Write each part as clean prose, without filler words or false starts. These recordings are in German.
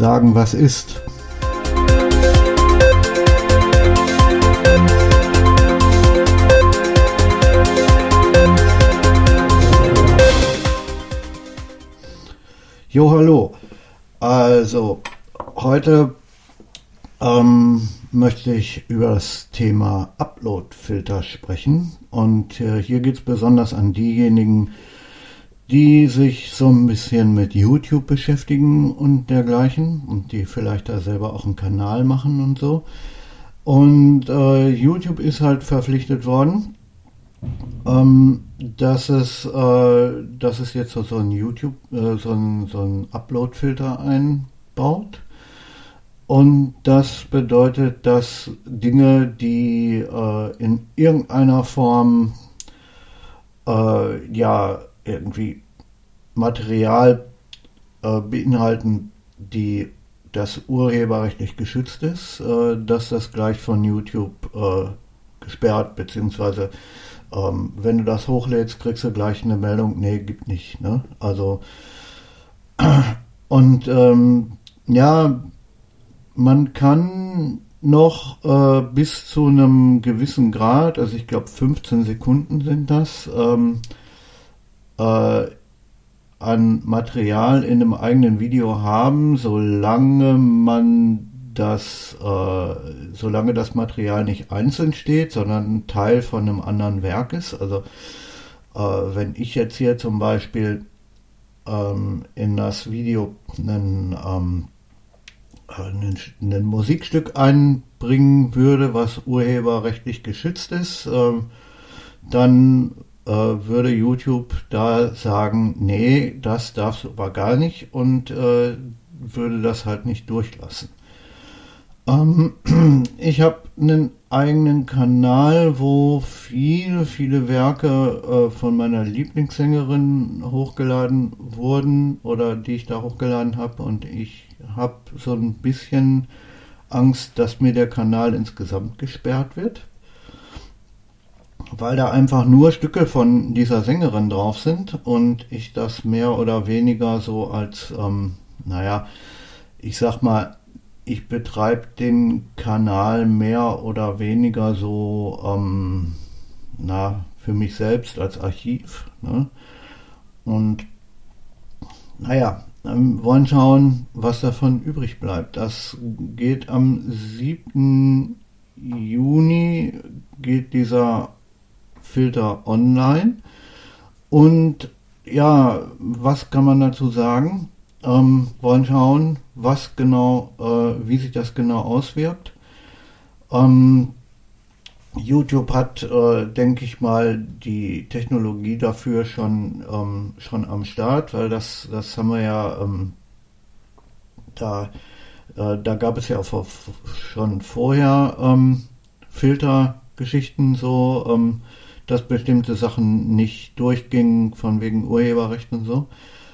sagen, was ist. Jo, hallo. Also, heute möchte ich über das Thema Upload-Filter sprechen. Und hier geht es besonders an diejenigen, die sich so ein bisschen mit YouTube beschäftigen und dergleichen und die vielleicht da selber auch einen Kanal machen und so. Und YouTube ist halt verpflichtet worden, dass es jetzt so ein YouTube, so ein Upload-Filter einbaut. Und das bedeutet, dass Dinge, die in irgendeiner Form irgendwie Material beinhalten, die das urheberrechtlich geschützt ist, dass das gleich von YouTube gesperrt, beziehungsweise wenn du das hochlädst, kriegst du gleich eine Meldung, nee, gibt nicht. Ne? Also und man kann noch bis zu einem gewissen Grad, also ich glaube 15 Sekunden sind das, an Material in einem eigenen Video haben, solange das Material nicht einzeln steht, sondern ein Teil von einem anderen Werk ist. Also wenn ich jetzt hier zum Beispiel in das Video ein Musikstück einbringen würde, was urheberrechtlich geschützt ist, dann würde YouTube da sagen, nee, das darfst du aber gar nicht und würde das halt nicht durchlassen. Ich habe einen eigenen Kanal, wo viele Werke von meiner Lieblingssängerin hochgeladen wurden oder die ich da hochgeladen habe, und ich habe so ein bisschen Angst, dass mir der Kanal insgesamt gesperrt wird, weil da einfach nur Stücke von dieser Sängerin drauf sind und ich das mehr oder weniger so als, ich sag mal, ich betreibe den Kanal mehr oder weniger so, für mich selbst als Archiv. Ne? Und wollen schauen, was davon übrig bleibt. Das geht am 7. Juni, geht dieser Filter online. Und ja, was kann man dazu sagen? Wollen schauen, was genau, wie sich das genau auswirkt. YouTube hat, denke ich mal, die Technologie dafür schon am Start, weil das haben wir ja, da gab es ja auch schon vorher Filtergeschichten so, dass bestimmte Sachen nicht durchgingen von wegen Urheberrecht und so.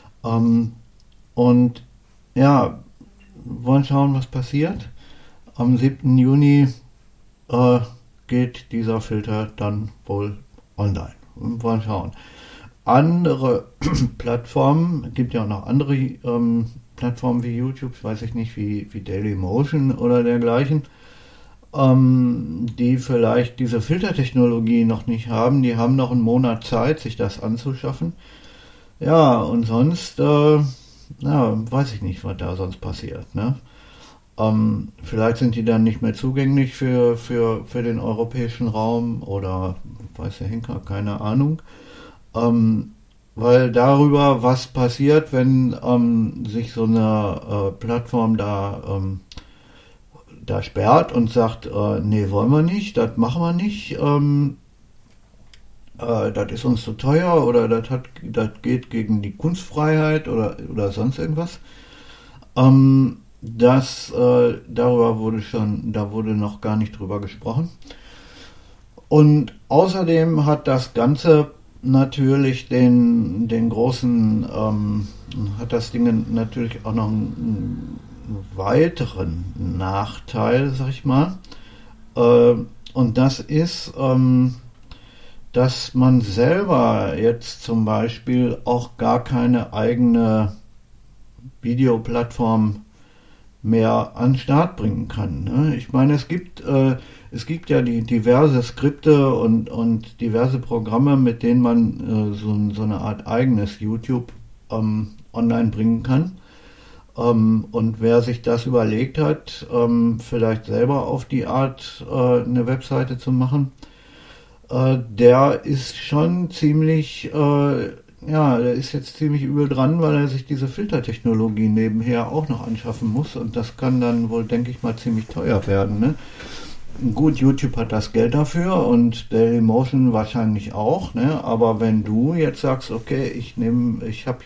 Und ja, wollen schauen, was passiert. Am 7. Juni geht dieser Filter dann wohl online. Wollen schauen. Andere Plattformen, es gibt ja auch noch andere Plattformen wie YouTube, weiß ich nicht, wie Dailymotion oder dergleichen, die vielleicht diese Filtertechnologie noch nicht haben. Die haben noch einen Monat Zeit, sich das anzuschaffen. Ja, und sonst weiß ich nicht, was da sonst passiert. Ne? Vielleicht sind die dann nicht mehr zugänglich für den europäischen Raum oder weiß der Henker, keine Ahnung. Weil darüber, was passiert, wenn sich so eine Plattform da sperrt und sagt, nee, wollen wir nicht, das machen wir nicht, das ist uns zu teuer oder das geht gegen die Kunstfreiheit oder sonst irgendwas. Darüber wurde noch gar nicht drüber gesprochen. Und außerdem hat das Ganze natürlich den großen, hat das Ding natürlich auch noch einen weiteren Nachteil, sag ich mal. Und das ist, dass man selber jetzt zum Beispiel auch gar keine eigene Videoplattform mehr an den Start bringen kann. Ne? Ich meine, es gibt ja die diverse Skripte und diverse Programme, mit denen man so eine Art eigenes YouTube online bringen kann. Und wer sich das überlegt hat, vielleicht selber auf die Art eine Webseite zu machen, der ist schon ziemlich, der ist jetzt ziemlich übel dran, weil er sich diese Filtertechnologie nebenher auch noch anschaffen muss und das kann dann wohl, denke ich mal, ziemlich teuer werden. Ne? Gut, YouTube hat das Geld dafür und Dailymotion wahrscheinlich auch, ne? Aber wenn du jetzt sagst, okay, ich habe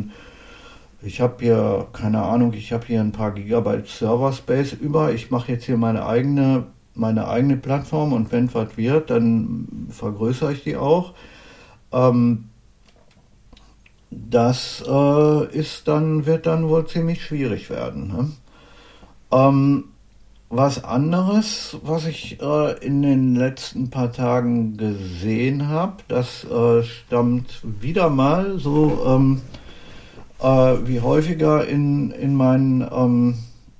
hier, keine Ahnung, ich habe hier ein paar Gigabyte Server Space über, ich mache jetzt hier meine eigene Plattform und wenn was wird, dann vergrößere ich die auch. Das wird dann wohl ziemlich schwierig werden. Ne? Was anderes, was ich in den letzten paar Tagen gesehen habe, das stammt wieder mal so wie häufiger in meinen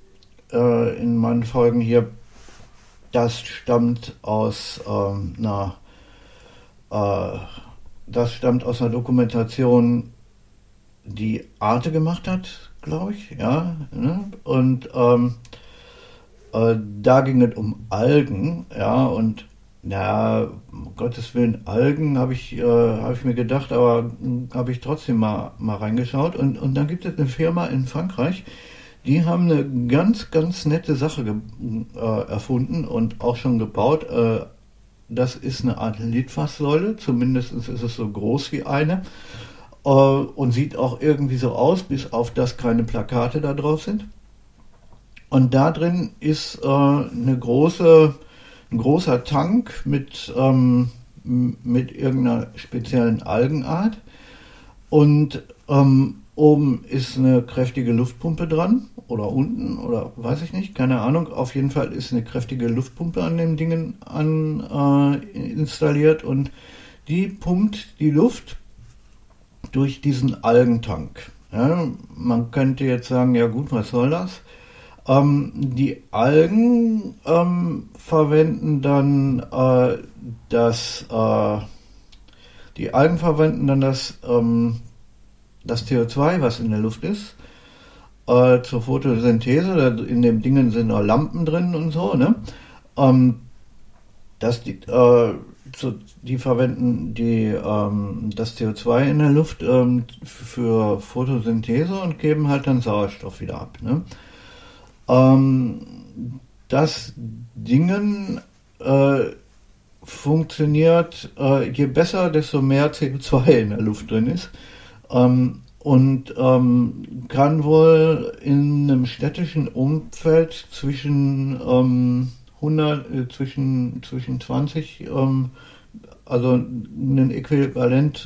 Folgen hier. Das stammt aus das stammt aus einer Dokumentation, die Arte gemacht hat, glaube ich, ja. Ne? Und da ging es um Algen, ja, und ja, um Gottes Willen, Algen habe ich mir gedacht, aber habe ich trotzdem mal reingeschaut. Und dann gibt es eine Firma in Frankreich, die haben eine ganz, ganz nette Sache erfunden und auch schon gebaut. Das ist eine Art Litfaßsäule, zumindest ist es so groß wie eine und sieht auch irgendwie so aus, bis auf das keine Plakate da drauf sind. Und da drin ist ein großer Tank mit irgendeiner speziellen Algenart und oben ist eine kräftige Luftpumpe dran oder unten oder weiß ich nicht, keine Ahnung. Auf jeden Fall ist eine kräftige Luftpumpe an dem Ding installiert und die pumpt die Luft durch diesen Algentank. Ja, man könnte jetzt sagen, ja gut, was soll das? Die Algen verwenden dann das CO2, was in der Luft ist, zur Photosynthese. In dem Dingen sind auch Lampen drin und so, ne? Die verwenden das CO2 in der Luft für Photosynthese und geben halt dann Sauerstoff wieder ab, ne? Das Dingen funktioniert, je besser, desto mehr CO2 in der Luft drin ist. Und kann wohl in einem städtischen Umfeld zwischen 20, also ein Äquivalent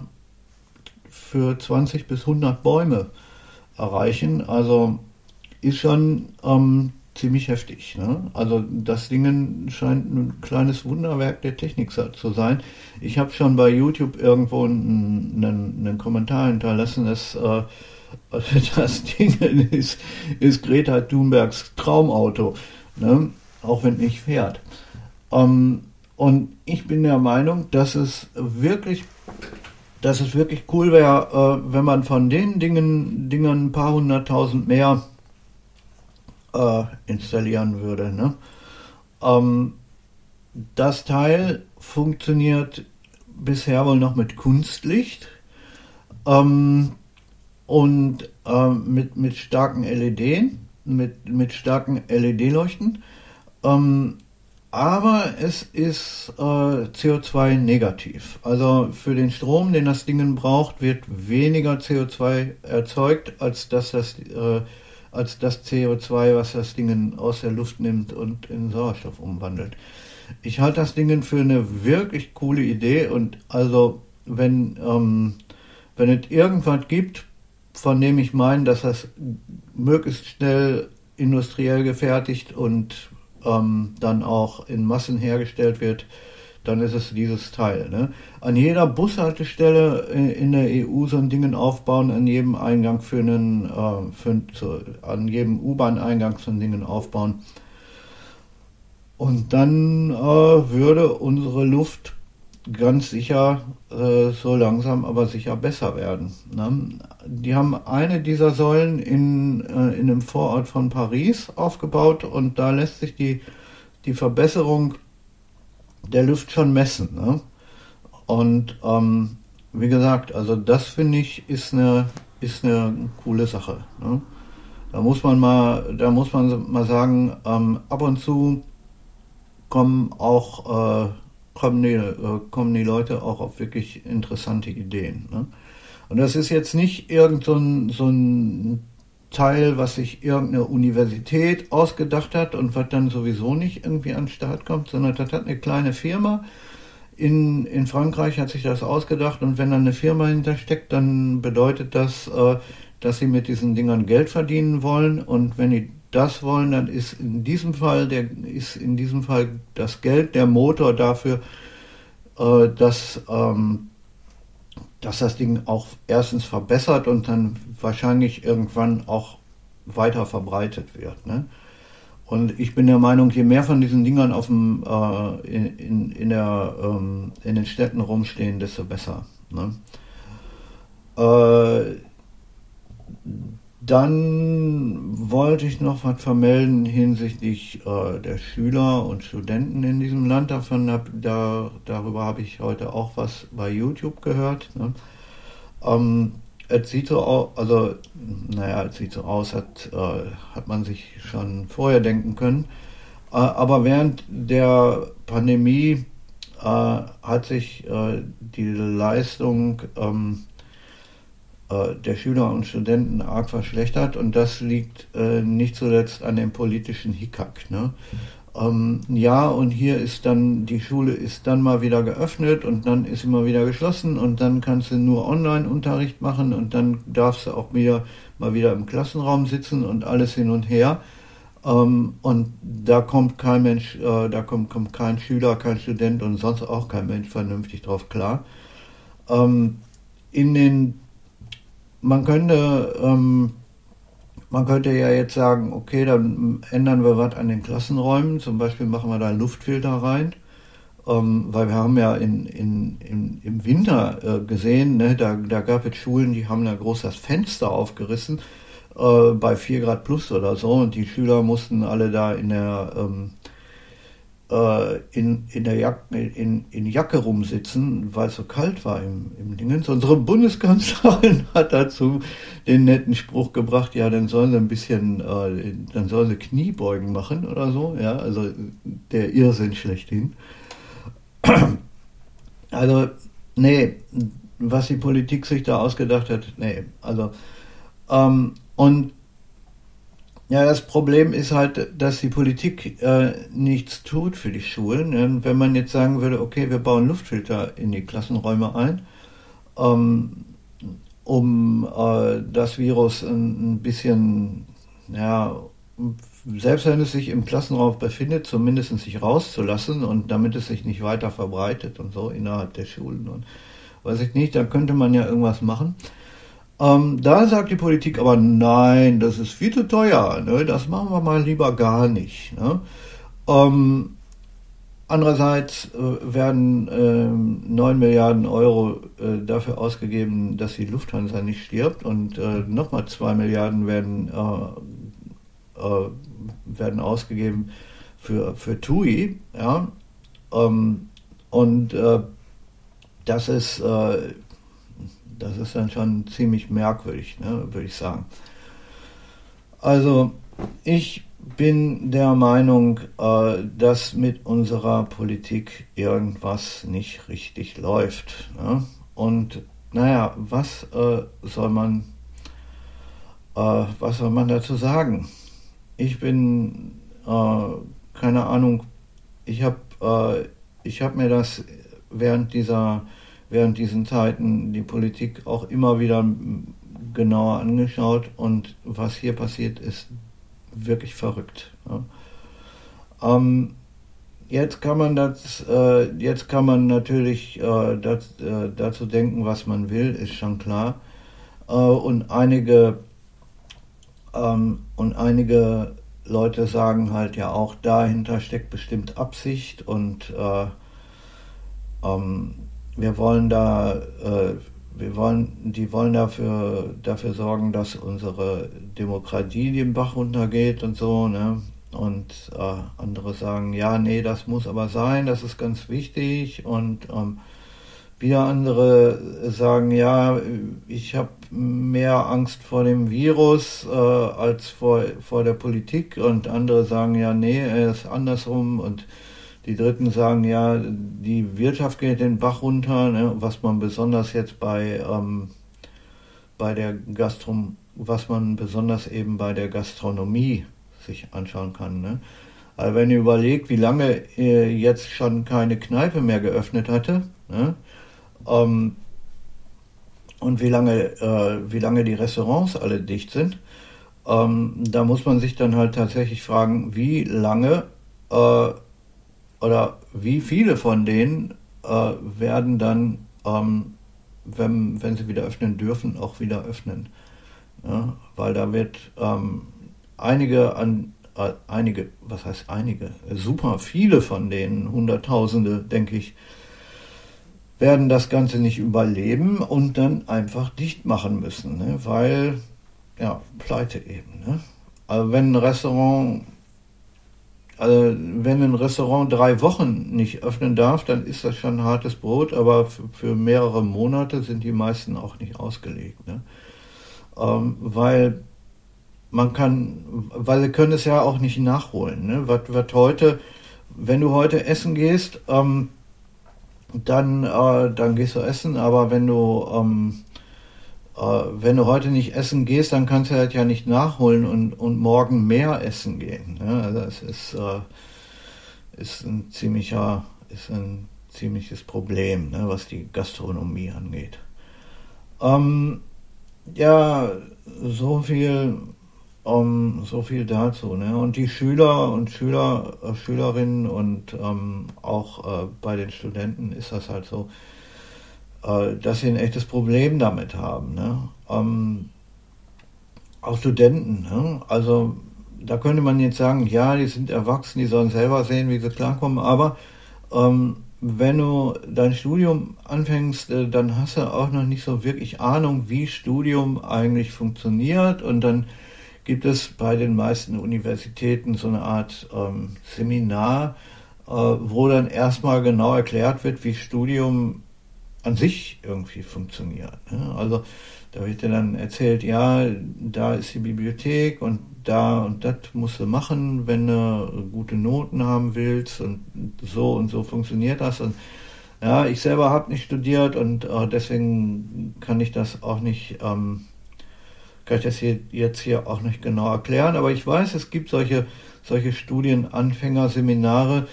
für 20 bis 100 Bäume erreichen. Also ist schon ziemlich heftig. Ne? Also das Ding scheint ein kleines Wunderwerk der Technik zu sein. Ich habe schon bei YouTube irgendwo einen Kommentar hinterlassen, dass das Ding ist Greta Thunbergs Traumauto, ne? Auch wenn nicht fährt. Und ich bin der Meinung, dass es wirklich cool wäre, wenn man von den Dingen ein paar 100.000 mehr installieren würde. Ne? Das Teil funktioniert bisher wohl noch mit Kunstlicht und mit starken mit starken LED-Leuchten. Aber es ist CO2 negativ. Also für den Strom, den das Ding braucht, wird weniger CO2 erzeugt, als das CO2, was das Ding aus der Luft nimmt und in Sauerstoff umwandelt. Ich halte das Ding für eine wirklich coole Idee und also wenn es irgendwas gibt, von dem ich meine, dass das möglichst schnell industriell gefertigt und dann auch in Massen hergestellt wird, dann ist es dieses Teil. Ne? An jeder Bushaltestelle in der EU so ein Ding aufbauen, an jedem Eingang an jedem U-Bahn-Eingang so ein Ding aufbauen. Und dann würde unsere Luft ganz sicher so langsam aber sicher besser werden. Ne? Die haben eine dieser Säulen in einem Vorort von Paris aufgebaut und da lässt sich die Verbesserung der Luft schon messen. Ne? Und wie gesagt, also das finde ich ist eine coole Sache. Ne? Da muss man mal sagen, ab und zu kommen die Leute auch auf wirklich interessante Ideen. Ne? Und das ist jetzt nicht so ein Teil, was sich irgendeine Universität ausgedacht hat und was dann sowieso nicht irgendwie an den Start kommt, sondern das hat eine kleine Firma. In Frankreich hat sich das ausgedacht und wenn dann eine Firma hintersteckt, dann bedeutet das, dass sie mit diesen Dingern Geld verdienen wollen und wenn die das wollen, dann ist in diesem Fall das Geld der Motor dafür, dass das Ding auch erstens verbessert und dann wahrscheinlich irgendwann auch weiter verbreitet wird. Ne? Und ich bin der Meinung, je mehr von diesen Dingern in den Städten rumstehen, desto besser. Ne? Dann wollte ich noch was vermelden hinsichtlich der Schüler und Studenten in diesem Land. Darüber habe ich heute auch was bei YouTube gehört. Ne? Es sieht so aus, hat man sich schon vorher denken können. Aber während der Pandemie hat sich die Leistung der Schüler und Studenten arg verschlechtert und das liegt nicht zuletzt an dem politischen Hickhack. Ne? Ja, und hier ist dann, die Schule ist dann mal wieder geöffnet und dann ist sie mal wieder geschlossen und dann kannst du nur Online-Unterricht machen und dann darfst du auch mal wieder im Klassenraum sitzen und alles hin und her. Und da kommt kein Mensch, kommt kein Schüler, kein Student und sonst auch kein Mensch vernünftig drauf klar. Man könnte ja jetzt sagen, okay, dann ändern wir was an den Klassenräumen, zum Beispiel machen wir da Luftfilter rein, weil wir haben ja im Winter gesehen, ne, da gab es Schulen, die haben da groß das Fenster aufgerissen, bei 4 Grad plus oder so und die Schüler mussten alle da in Jacke rumsitzen, weil es so kalt war im Dingens. Unsere Bundeskanzlerin hat dazu den netten Spruch gebracht, ja, dann sollen sie Kniebeugen machen oder so, ja, also der Irrsinn schlechthin. Also, nee, was die Politik sich da ausgedacht hat, nee, also, und ja, das Problem ist halt, dass die Politik nichts tut für die Schulen. Wenn man jetzt sagen würde, okay, wir bauen Luftfilter in die Klassenräume ein, um das Virus ein bisschen, ja, selbst wenn es sich im Klassenraum befindet, zumindest sich rauszulassen und damit es sich nicht weiter verbreitet und so innerhalb der Schulen und weiß ich nicht, da könnte man ja irgendwas machen. Da sagt die Politik aber, nein, das ist viel zu teuer, ne? Das machen wir mal lieber gar nicht. Ne? Andererseits werden 9 Milliarden Euro dafür ausgegeben, dass die Lufthansa nicht stirbt und nochmal 2 Milliarden werden ausgegeben für TUI. Ja? Und das ist dann schon ziemlich merkwürdig, ne, würde ich sagen. Also ich bin der Meinung, dass mit unserer Politik irgendwas nicht richtig läuft. Ne? Und naja, was soll man dazu sagen? Ich bin, keine Ahnung, ich habe mir das während diesen Zeiten die Politik auch immer wieder genauer angeschaut und was hier passiert ist wirklich verrückt. Ja. jetzt kann man natürlich dazu denken, was man will, ist schon klar. Und einige Leute sagen halt ja auch, dahinter steckt bestimmt Absicht und ähm, wir wollen die wollen dafür sorgen, dass unsere Demokratie den Bach runtergeht und so, ne? Und andere sagen, ja, nee, das muss aber sein, das ist ganz wichtig. Und wieder andere sagen, ja, ich habe mehr Angst vor dem Virus als vor der Politik. Und andere sagen, ja, nee, es ist andersrum. Und die Dritten sagen, ja, die Wirtschaft geht den Bach runter, ne? Was man besonders jetzt bei der was man besonders eben bei der Gastronomie sich anschauen kann. Ne? Also wenn ihr überlegt, wie lange jetzt schon keine Kneipe mehr geöffnet hatte, ne? ähm, und wie lange die Restaurants alle dicht sind, da muss man sich dann halt tatsächlich fragen, wie lange oder wie viele von denen werden dann, wenn sie wieder öffnen dürfen, auch wieder öffnen. Ja? Weil da wird was heißt einige, super viele von denen, Hunderttausende, denke ich, werden das Ganze nicht überleben und dann einfach dicht machen müssen, ne? Weil, ja, Pleite eben. Ne? Also wenn ein Restaurant 3 Wochen nicht öffnen darf, dann ist das schon hartes Brot, aber für mehrere Monate sind die meisten auch nicht ausgelegt. Ne? Weil weil sie können es ja auch nicht nachholen. Ne? Wenn du heute essen gehst, dann gehst du essen, aber wenn du heute nicht essen gehst, dann kannst du halt ja nicht nachholen und morgen mehr essen gehen. Ne? Also es ist ein ziemliches Problem, ne, was die Gastronomie angeht. Ja, so viel dazu. Ne? Und die Schüler und Schülerinnen und auch bei den Studenten ist das halt so, dass sie ein echtes Problem damit haben. Ne? Auch Studenten. Ne? Also da könnte man jetzt sagen, ja, die sind erwachsen, die sollen selber sehen, wie sie klarkommen, aber wenn du dein Studium anfängst, dann hast du auch noch nicht so wirklich Ahnung, wie Studium eigentlich funktioniert, und dann gibt es bei den meisten Universitäten so eine Art Seminar, wo dann erstmal genau erklärt wird, wie Studium an sich irgendwie funktioniert. Ne? Also da wird dir dann erzählt, ja, da ist die Bibliothek und das musst du machen, wenn du gute Noten haben willst, und so funktioniert das. Und ja, ich selber habe nicht studiert und deswegen kann ich das jetzt hier auch nicht genau erklären, aber ich weiß, es gibt solche Studienanfängerseminare,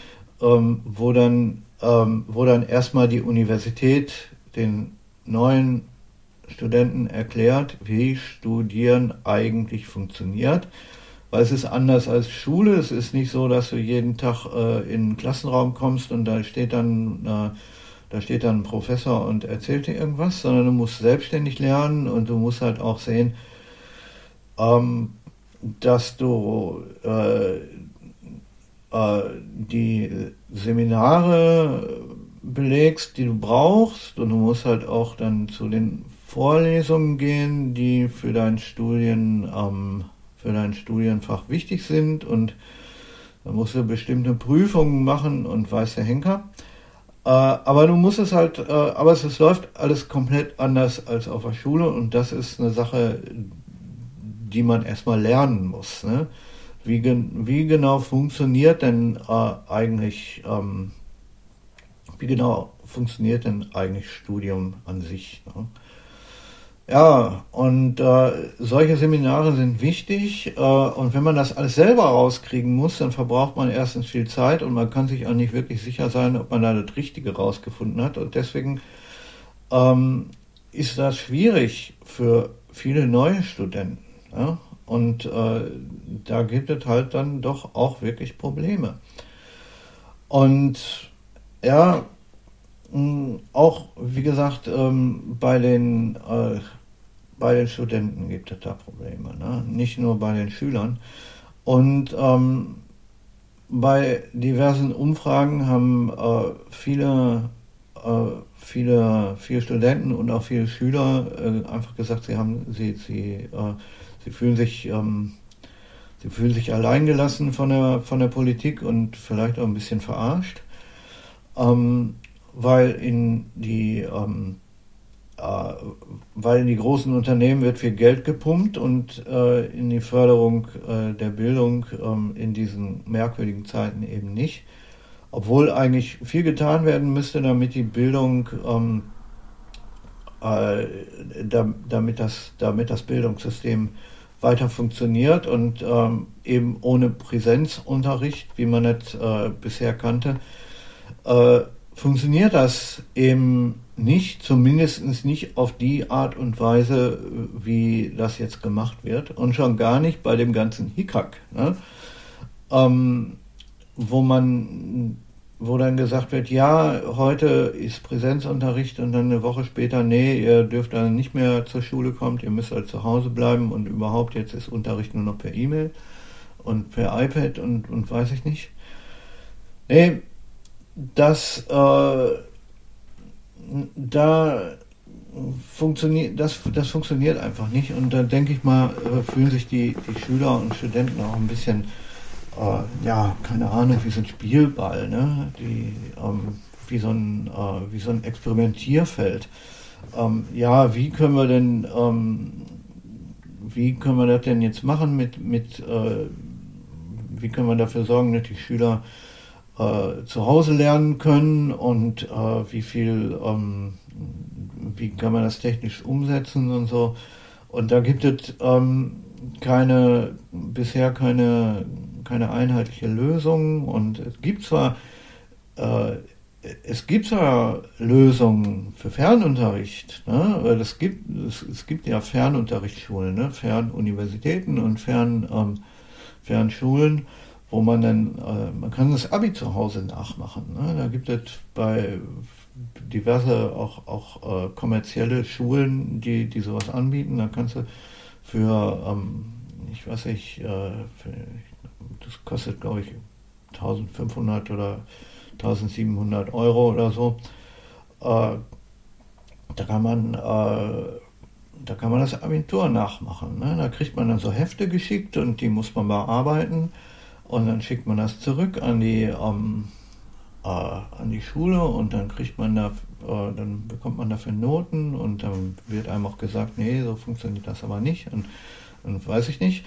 wo dann erstmal die Universität den neuen Studenten erklärt, wie Studieren eigentlich funktioniert, weil es ist anders als Schule. Es ist nicht so, dass du jeden Tag in den Klassenraum kommst und da steht dann ein Professor und erzählt dir irgendwas, sondern du musst selbstständig lernen, und du musst halt auch sehen, dass du die Seminare belegst, die du brauchst, und du musst halt auch dann zu den Vorlesungen gehen, die für dein Studienfach wichtig sind, und dann musst du bestimmte Prüfungen machen und weiß der Henker. Aber es läuft alles komplett anders als auf der Schule, und das ist eine Sache, die man erstmal lernen muss. Ne? Wie genau funktioniert denn eigentlich Studium an sich? Ne? Ja, und solche Seminare sind wichtig, und wenn man das alles selber rauskriegen muss, dann verbraucht man erstens viel Zeit, und man kann sich auch nicht wirklich sicher sein, ob man da das Richtige rausgefunden hat, und deswegen ist das schwierig für viele neue Studenten. Ja? Und da gibt es halt dann doch auch wirklich Probleme. Und ja, auch wie gesagt, bei den Studenten gibt es da Probleme, ne? Nicht nur bei den Schülern. Und bei diversen Umfragen haben viele Studenten und auch viele Schüler einfach gesagt, sie fühlen sich alleingelassen von der Politik und vielleicht auch ein bisschen verarscht, weil weil in die großen Unternehmen wird viel Geld gepumpt und in die Förderung der Bildung in diesen merkwürdigen Zeiten eben nicht. Obwohl eigentlich viel getan werden müsste, damit die Bildung, damit das Bildungssystem weiter funktioniert und eben ohne Präsenzunterricht, wie man es bisher kannte, funktioniert das eben nicht, zumindest nicht auf die Art und Weise, wie das jetzt gemacht wird und schon gar nicht bei dem ganzen Hickhack, ne? Wo dann gesagt wird, ja, heute ist Präsenzunterricht und dann eine Woche später, nee, ihr dürft dann nicht mehr zur Schule kommen, ihr müsst halt zu Hause bleiben und überhaupt jetzt ist Unterricht nur noch per E-Mail und per iPad und weiß ich nicht. Nee, das das funktioniert einfach nicht und da denke ich mal, fühlen sich die Schüler und Studenten auch ein bisschen ja, keine Ahnung, wie so ein Spielball, ne? Wie so ein Experimentierfeld. Ja, wie können wir das denn jetzt machen wie können wir dafür sorgen, dass die Schüler zu Hause lernen können und wie kann man das technisch umsetzen und so. Und da gibt es bisher keine einheitliche Lösung und es gibt zwar Lösungen für Fernunterricht, ne? Weil es gibt ja Fernunterrichtsschulen, ne? Fernuniversitäten und Fernschulen, wo man kann das Abi zu Hause nachmachen, ne? Da gibt es bei diverse auch kommerzielle Schulen, die sowas anbieten. Da kannst du für ich weiß nicht, das kostet glaube ich 1500 oder 1700 Euro oder so. Da kann man das Abitur nachmachen, ne? Da kriegt man dann so Hefte geschickt und die muss man bearbeiten und dann schickt man das zurück an die Schule und dann dann bekommt man dafür Noten und dann wird einem auch gesagt, nee, so funktioniert das aber nicht und weiß ich nicht.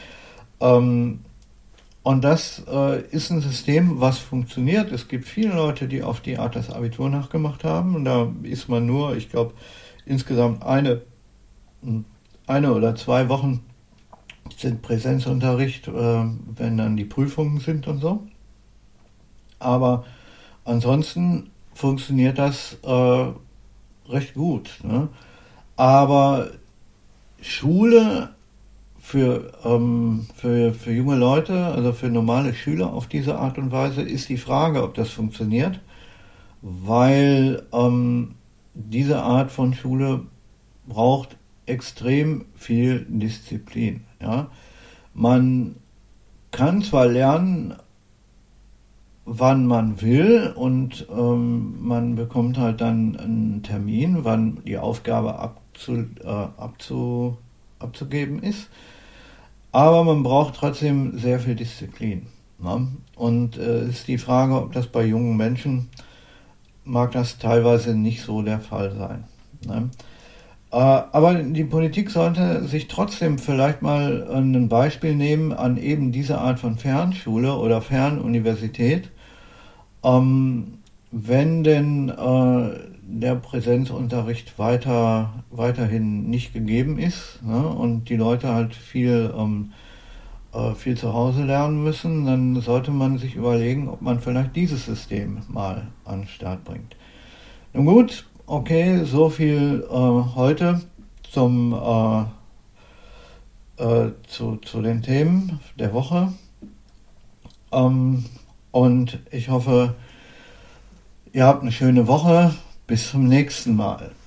Und das ist ein System, was funktioniert. Es gibt viele Leute, die auf die Art das Abitur nachgemacht haben. Und da ist man nur, ich glaube, insgesamt eine oder 2 Wochen sind Präsenzunterricht, wenn dann die Prüfungen sind und so. Aber ansonsten funktioniert das recht gut, ne? Aber Schule für junge Leute, also für normale Schüler auf diese Art und Weise, ist die Frage, ob das funktioniert, weil diese Art von Schule braucht extrem viel Disziplin. Ja? Man kann zwar lernen, wann man will und man bekommt halt dann einen Termin, wann die Aufgabe abzugeben ist. Aber man braucht trotzdem sehr viel Disziplin. Ne? Und ist die Frage, ob das bei jungen Menschen mag das teilweise nicht so der Fall sein. Ne? Aber die Politik sollte sich trotzdem vielleicht mal ein Beispiel nehmen an eben diese Art von Fernschule oder Fernuniversität, wenn denn der Präsenzunterricht weiterhin nicht gegeben ist, ne, und die Leute halt viel zu Hause lernen müssen, dann sollte man sich überlegen, ob man vielleicht dieses System mal an den Start bringt. Nun gut, okay, so viel heute zu den Themen der Woche. Und ich hoffe, Ihr habt eine schöne Woche. Bis zum nächsten Mal.